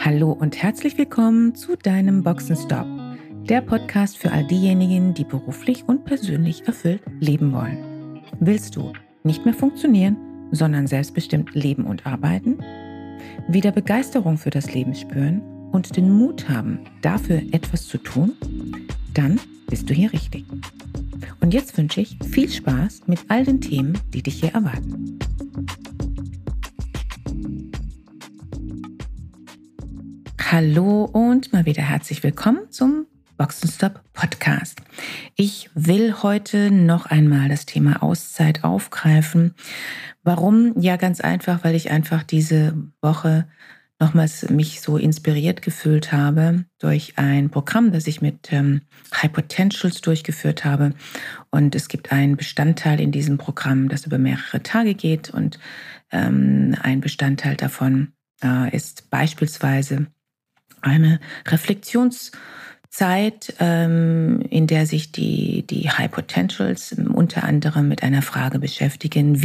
Hallo und herzlich willkommen zu deinem Boxenstopp, der Podcast für all diejenigen, die beruflich und persönlich erfüllt leben wollen. Willst du nicht mehr funktionieren, sondern selbstbestimmt leben und arbeiten? Wieder Begeisterung für das Leben spüren und den Mut haben, dafür etwas zu tun? Dann bist du hier richtig. Und jetzt wünsche ich viel Spaß mit all den Themen, die dich hier erwarten. Hallo und mal wieder herzlich willkommen zum Boxenstopp Podcast. Ich will heute noch einmal das Thema Auszeit aufgreifen. Warum? Ja, ganz einfach, weil ich einfach diese Woche nochmals mich so inspiriert gefühlt habe durch ein Programm, das ich mit High Potentials durchgeführt habe. Und es gibt einen Bestandteil in diesem Programm, das über mehrere Tage geht. Und ein Bestandteil davon ist beispielsweise eine Reflexionszeit, in der sich die High Potentials unter anderem mit einer Frage beschäftigen,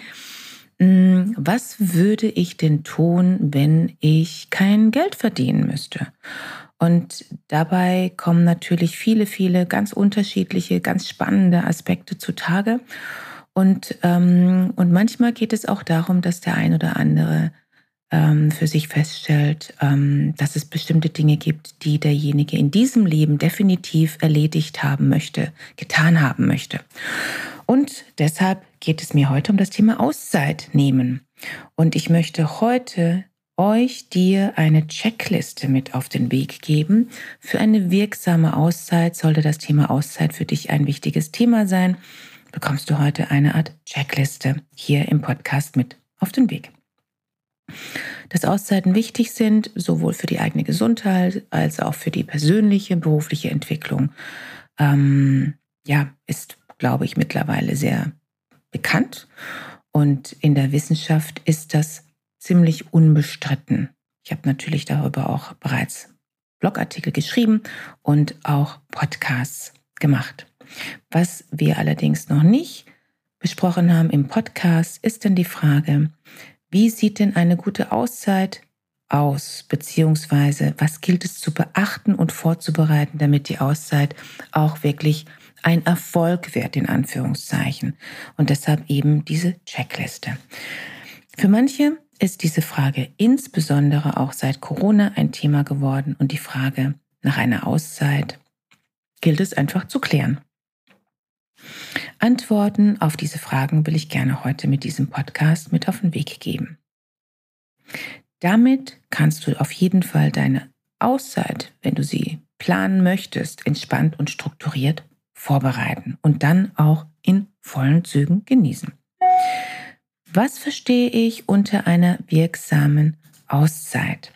was würde ich denn tun, wenn ich kein Geld verdienen müsste? Und dabei kommen natürlich viele ganz unterschiedliche, ganz spannende Aspekte zutage. Und manchmal geht es auch darum, dass der ein oder andere für sich feststellt, dass es bestimmte Dinge gibt, die derjenige in diesem Leben definitiv erledigt haben möchte, getan haben möchte. Und deshalb geht es mir heute um das Thema Auszeit nehmen. Und ich möchte heute dir eine Checkliste mit auf den Weg geben. Für eine wirksame Auszeit sollte das Thema Auszeit für dich ein wichtiges Thema sein. Bekommst du heute eine Art Checkliste hier im Podcast mit auf den Weg. Dass Auszeiten wichtig sind, sowohl für die eigene Gesundheit als auch für die persönliche, berufliche Entwicklung, ist, glaube ich, mittlerweile sehr bekannt. Und in der Wissenschaft ist das ziemlich unbestritten. Ich habe natürlich darüber auch bereits Blogartikel geschrieben und auch Podcasts gemacht. Was wir allerdings noch nicht besprochen haben im Podcast, ist dann die Frage, wie sieht denn eine gute Auszeit aus, beziehungsweise was gilt es zu beachten und vorzubereiten, damit die Auszeit auch wirklich ein Erfolg wird, in Anführungszeichen. Und deshalb eben diese Checkliste. Für manche ist diese Frage insbesondere auch seit Corona ein Thema geworden und die Frage nach einer Auszeit gilt es einfach zu klären. Antworten auf diese Fragen will ich gerne heute mit diesem Podcast mit auf den Weg geben. Damit kannst du auf jeden Fall deine Auszeit, wenn du sie planen möchtest, entspannt und strukturiert vorbereiten und dann auch in vollen Zügen genießen. Was verstehe ich unter einer wirksamen Auszeit?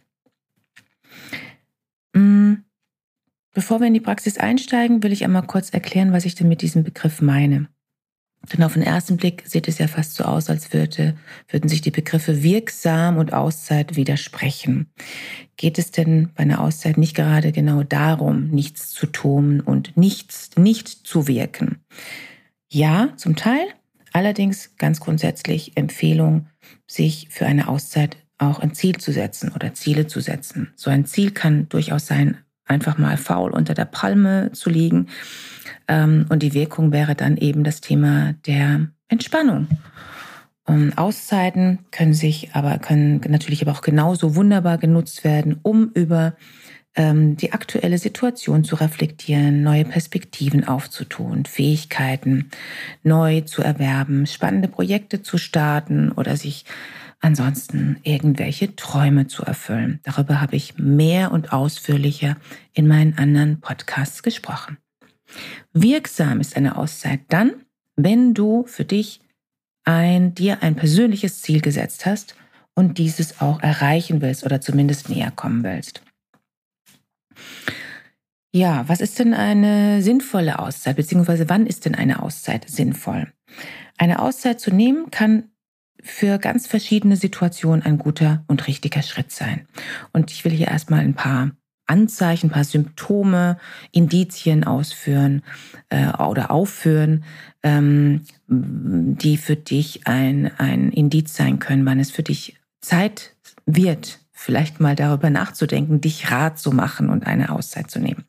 Bevor wir in die Praxis einsteigen, will ich einmal kurz erklären, was ich denn mit diesem Begriff meine. Denn auf den ersten Blick sieht es ja fast so aus, als würden sich die Begriffe wirksam und Auszeit widersprechen. Geht es denn bei einer Auszeit nicht gerade genau darum, nichts zu tun und nicht zu wirken? Ja, zum Teil. Allerdings ganz grundsätzlich Empfehlung, sich für eine Auszeit auch ein Ziel zu setzen oder Ziele zu setzen. So ein Ziel kann durchaus sein, einfach mal faul unter der Palme zu liegen. Und die Wirkung wäre dann eben das Thema der Entspannung. Auszeiten können natürlich aber auch genauso wunderbar genutzt werden, um über die aktuelle Situation zu reflektieren, neue Perspektiven aufzutun, Fähigkeiten neu zu erwerben, spannende Projekte zu starten oder sich ansonsten irgendwelche Träume zu erfüllen. Darüber habe ich mehr und ausführlicher in meinen anderen Podcasts gesprochen. Wirksam ist eine Auszeit dann, wenn du für dich dir ein persönliches Ziel gesetzt hast und dieses auch erreichen willst oder zumindest näher kommen willst. Ja, was ist denn eine sinnvolle Auszeit, beziehungsweise wann ist denn eine Auszeit sinnvoll? Eine Auszeit zu nehmen kann für ganz verschiedene Situationen ein guter und richtiger Schritt sein. Und ich will hier erstmal ein paar Anzeichen, ein paar Symptome, Indizien aufführen, die für dich ein Indiz sein können, wann es für dich Zeit wird, vielleicht mal darüber nachzudenken, dich rar zu machen und eine Auszeit zu nehmen.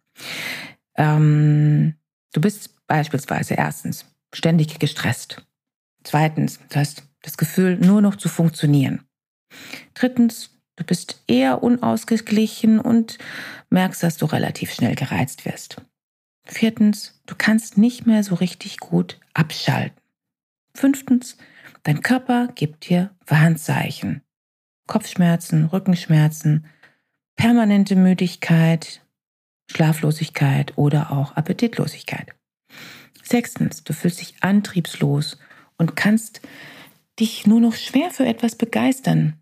Du bist beispielsweise erstens ständig gestresst. Zweitens, du hast das Gefühl, nur noch zu funktionieren. Drittens, du bist eher unausgeglichen und merkst, dass du relativ schnell gereizt wirst. Viertens, du kannst nicht mehr so richtig gut abschalten. Fünftens, dein Körper gibt dir Warnzeichen. Kopfschmerzen, Rückenschmerzen, permanente Müdigkeit, Schlaflosigkeit oder auch Appetitlosigkeit. Sechstens, du fühlst dich antriebslos und kannst dich nur noch schwer für etwas begeistern.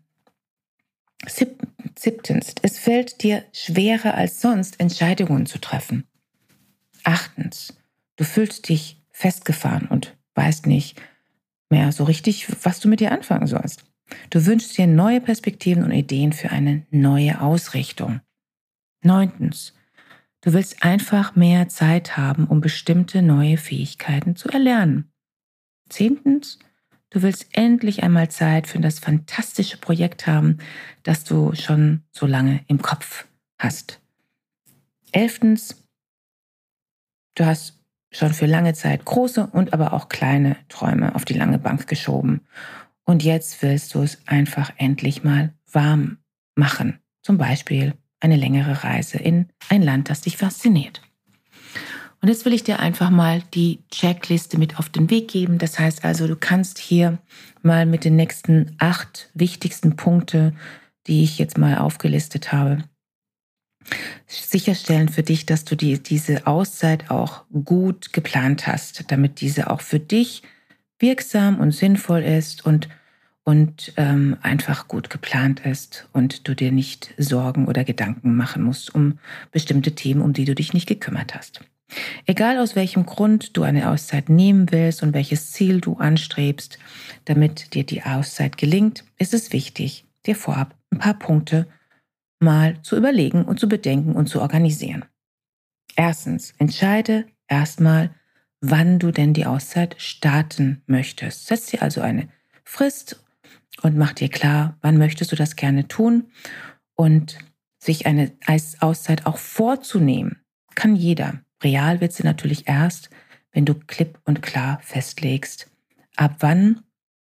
Siebtens, es fällt dir schwerer als sonst, Entscheidungen zu treffen. Achtens, du fühlst dich festgefahren und weißt nicht mehr so richtig, was du mit dir anfangen sollst. Du wünschst dir neue Perspektiven und Ideen für eine neue Ausrichtung. Neuntens, du willst einfach mehr Zeit haben, um bestimmte neue Fähigkeiten zu erlernen. Zehntens, du willst endlich einmal Zeit für das fantastische Projekt haben, das du schon so lange im Kopf hast. Elftens, du hast schon für lange Zeit große und aber auch kleine Träume auf die lange Bank geschoben. Und jetzt willst du es einfach endlich mal warm machen. Zum Beispiel eine längere Reise in ein Land, das dich fasziniert. Und jetzt will ich dir einfach mal die Checkliste mit auf den Weg geben. Das heißt also, du kannst hier mal mit den nächsten 8 wichtigsten Punkte, die ich jetzt mal aufgelistet habe, sicherstellen für dich, dass du diese Auszeit auch gut geplant hast, damit diese auch für dich wirksam und sinnvoll ist und einfach gut geplant ist und du dir nicht Sorgen oder Gedanken machen musst um bestimmte Themen, um die du dich nicht gekümmert hast. Egal aus welchem Grund du eine Auszeit nehmen willst und welches Ziel du anstrebst, damit dir die Auszeit gelingt, ist es wichtig, dir vorab ein paar Punkte mal zu überlegen und zu bedenken und zu organisieren. Erstens, entscheide erstmal, wann du denn die Auszeit starten möchtest. Setz dir also eine Frist und mach dir klar, wann möchtest du das gerne tun. Und sich eine Auszeit auch vorzunehmen, kann jeder. Real wird sie natürlich erst, wenn du klipp und klar festlegst, ab wann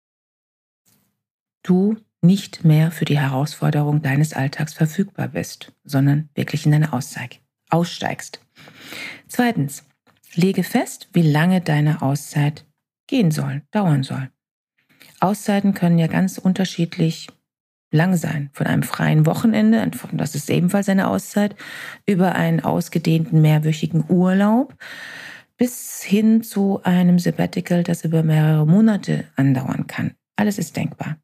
du nicht mehr für die Herausforderung deines Alltags verfügbar bist, sondern wirklich in deine Auszeit aussteigst. Zweitens, lege fest, wie lange deine Auszeit dauern soll. Auszeiten können ja ganz unterschiedlich lang sein. Von einem freien Wochenende, das ist ebenfalls eine Auszeit, über einen ausgedehnten mehrwöchigen Urlaub bis hin zu einem Sabbatical, das über mehrere Monate andauern kann. Alles ist denkbar.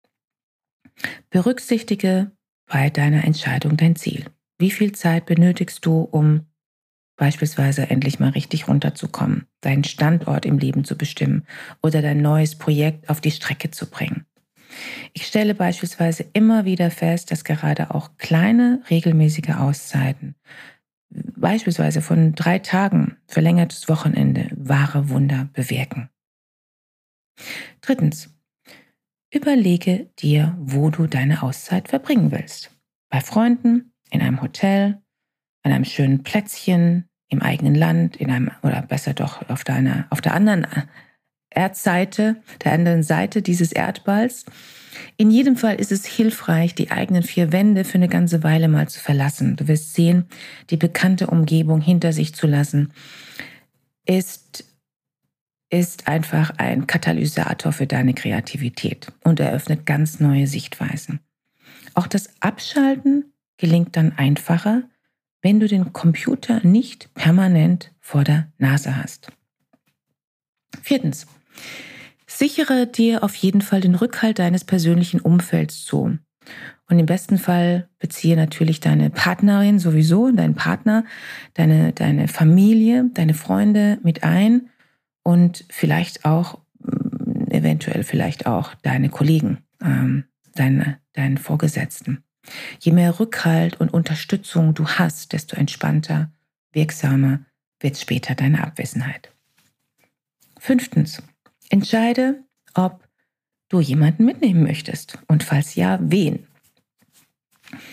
Berücksichtige bei deiner Entscheidung dein Ziel. Wie viel Zeit benötigst du, um beispielsweise endlich mal richtig runterzukommen, deinen Standort im Leben zu bestimmen oder dein neues Projekt auf die Strecke zu bringen? Ich stelle beispielsweise immer wieder fest, dass gerade auch kleine, regelmäßige Auszeiten, beispielsweise von 3 Tagen, verlängertes Wochenende, wahre Wunder bewirken. Drittens, überlege dir, wo du deine Auszeit verbringen willst. Bei Freunden, in einem Hotel, an einem schönen Plätzchen, im eigenen Land, oder besser doch auf der anderen Erdseite, der anderen Seite dieses Erdballs. In jedem Fall ist es hilfreich, die eigenen 4 Wände für eine ganze Weile mal zu verlassen. Du wirst sehen, die bekannte Umgebung hinter sich zu lassen, ist einfach ein Katalysator für deine Kreativität und eröffnet ganz neue Sichtweisen. Auch das Abschalten gelingt dann einfacher, wenn du den Computer nicht permanent vor der Nase hast. Viertens, sichere dir auf jeden Fall den Rückhalt deines persönlichen Umfelds zu. Und im besten Fall beziehe natürlich deine Partnerin sowieso, deinen Partner, deine Familie, deine Freunde mit ein und vielleicht auch, eventuell vielleicht auch deine Kollegen, deinen Vorgesetzten. Je mehr Rückhalt und Unterstützung du hast, desto entspannter, wirksamer wird später deine Abwesenheit. Fünftens, entscheide, ob du jemanden mitnehmen möchtest und falls ja, wen.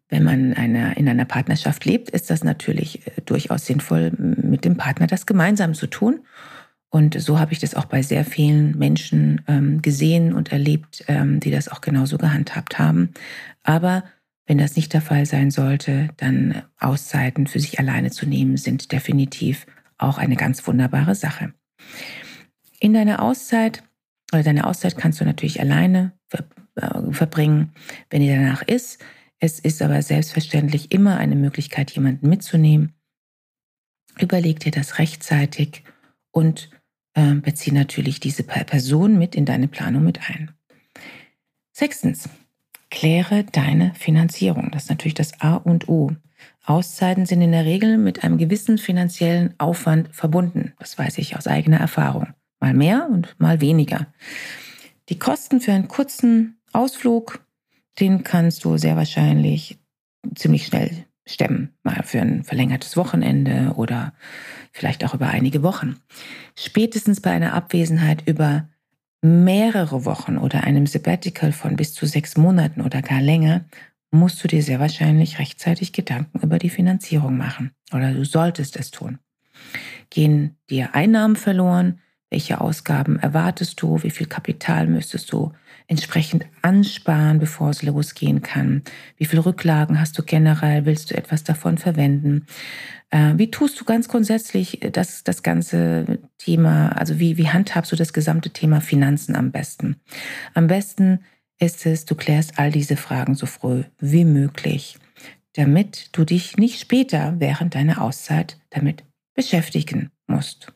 Wenn man in einer Partnerschaft lebt, ist das natürlich durchaus sinnvoll, mit dem Partner das gemeinsam zu tun. Und so habe ich das auch bei sehr vielen Menschen gesehen und erlebt, die das auch genauso gehandhabt haben. Aber wenn das nicht der Fall sein sollte, dann Auszeiten für sich alleine zu nehmen, sind definitiv auch eine ganz wunderbare Sache. In deiner Auszeit, oder deine Auszeit kannst du natürlich alleine verbringen, wenn dir danach ist. Es ist aber selbstverständlich immer eine Möglichkeit, jemanden mitzunehmen. Überleg dir das rechtzeitig und bezieh natürlich diese Person mit in deine Planung mit ein. 6. Kläre deine Finanzierung. Das ist natürlich das A und O. Auszeiten sind in der Regel mit einem gewissen finanziellen Aufwand verbunden. Das weiß ich aus eigener Erfahrung. Mal mehr und mal weniger. Die Kosten für einen kurzen Ausflug, den kannst du sehr wahrscheinlich ziemlich schnell stemmen. Mal für ein verlängertes Wochenende oder vielleicht auch über einige Wochen. Spätestens bei einer Abwesenheit über mehrere Wochen oder einem Sabbatical von bis zu 6 Monaten oder gar länger, musst du dir sehr wahrscheinlich rechtzeitig Gedanken über die Finanzierung machen. Oder du solltest es tun. Gehen dir Einnahmen verloren? Welche Ausgaben erwartest du? Wie viel Kapital müsstest du entsprechend ansparen, bevor es losgehen kann? Wie viele Rücklagen hast du generell? Willst du etwas davon verwenden? Wie tust du ganz grundsätzlich das ganze Thema, also wie handhabst du das gesamte Thema Finanzen am besten? Am besten ist es, du klärst all diese Fragen so früh wie möglich, damit du dich nicht später während deiner Auszeit damit beschäftigen musst.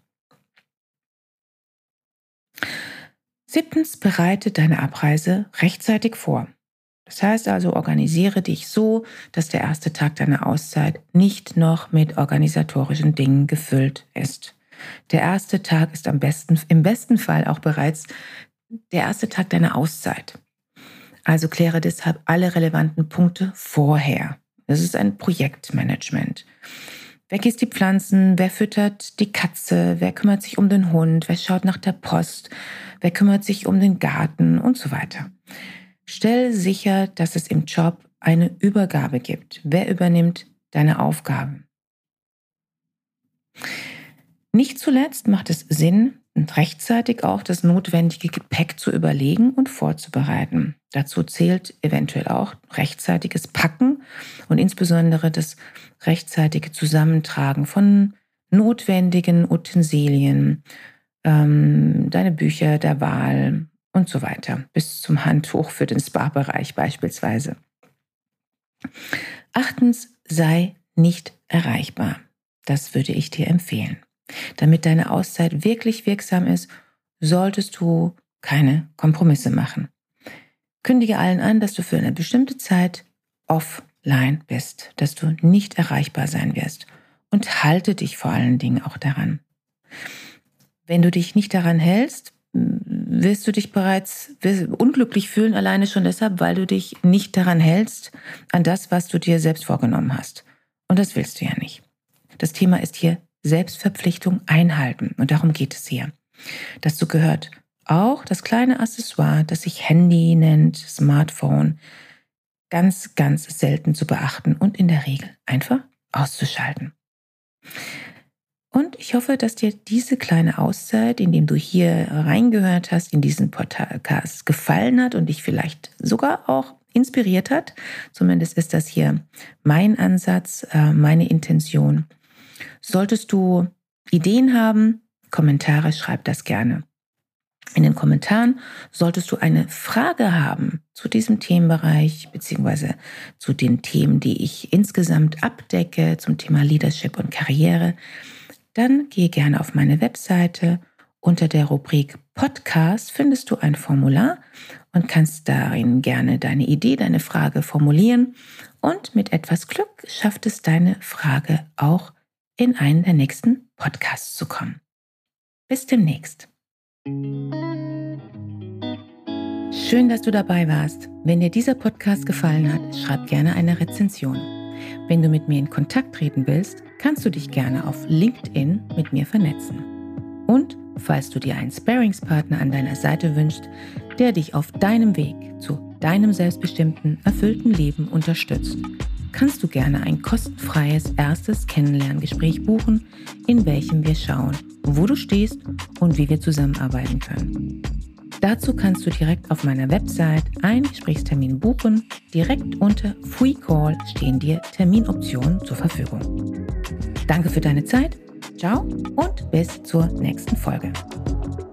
7. Bereite deine Abreise rechtzeitig vor. Das heißt also, organisiere dich so, dass der erste Tag deiner Auszeit nicht noch mit organisatorischen Dingen gefüllt ist. Der erste Tag ist im besten Fall auch bereits der erste Tag deiner Auszeit. Also kläre deshalb alle relevanten Punkte vorher. Das ist ein Projektmanagement. Wer gießt die Pflanzen? Wer füttert die Katze? Wer kümmert sich um den Hund? Wer schaut nach der Post? Wer kümmert sich um den Garten und so weiter? Stell sicher, dass es im Job eine Übergabe gibt. Wer übernimmt deine Aufgaben? Nicht zuletzt macht es Sinn, rechtzeitig auch das notwendige Gepäck zu überlegen und vorzubereiten. Dazu zählt eventuell auch rechtzeitiges Packen und insbesondere das rechtzeitige Zusammentragen von notwendigen Utensilien, deine Bücher der Wahl und so weiter, bis zum Handtuch für den Spa-Bereich beispielsweise. 8. Sei nicht erreichbar. Das würde ich dir empfehlen. Damit deine Auszeit wirklich wirksam ist, solltest du keine Kompromisse machen. Kündige allen an, dass du für eine bestimmte Zeit offline bist, dass du nicht erreichbar sein wirst und halte dich vor allen Dingen auch daran. Wenn du dich nicht daran hältst, wirst du dich bereits unglücklich fühlen, alleine schon deshalb, weil du dich nicht daran hältst, an das, was du dir selbst vorgenommen hast. Und das willst du ja nicht. Das Thema ist hier Selbstverpflichtung einhalten. Und darum geht es hier. Dazu gehört auch das kleine Accessoire, das sich Handy nennt, Smartphone, ganz, ganz selten zu beachten und in der Regel einfach auszuschalten. Und ich hoffe, dass dir diese kleine Auszeit, indem du hier reingehört hast, in diesen Podcast gefallen hat und dich vielleicht sogar auch inspiriert hat. Zumindest ist das hier mein Ansatz, meine Intention. Solltest du Ideen haben, Kommentare, schreib das gerne. In den Kommentaren solltest du eine Frage haben zu diesem Themenbereich beziehungsweise zu den Themen, die ich insgesamt abdecke, zum Thema Leadership und Karriere. Dann geh gerne auf meine Webseite. Unter der Rubrik Podcast findest du ein Formular und kannst darin gerne deine Idee, deine Frage formulieren. Und mit etwas Glück schafft es deine Frage auch in einen der nächsten Podcasts zu kommen. Bis demnächst. Schön, dass du dabei warst. Wenn dir dieser Podcast gefallen hat, schreib gerne eine Rezension. Wenn du mit mir in Kontakt treten willst, kannst du dich gerne auf LinkedIn mit mir vernetzen. Und falls du dir einen Sparringspartner an deiner Seite wünschst, der dich auf deinem Weg zu deinem selbstbestimmten, erfüllten Leben unterstützt, kannst du gerne ein kostenfreies erstes Kennenlerngespräch buchen, in welchem wir schauen, wo du stehst und wie wir zusammenarbeiten können. Dazu kannst du direkt auf meiner Website einen Gesprächstermin buchen. Direkt unter Free Call stehen dir Terminoptionen zur Verfügung. Danke für deine Zeit. Ciao und bis zur nächsten Folge.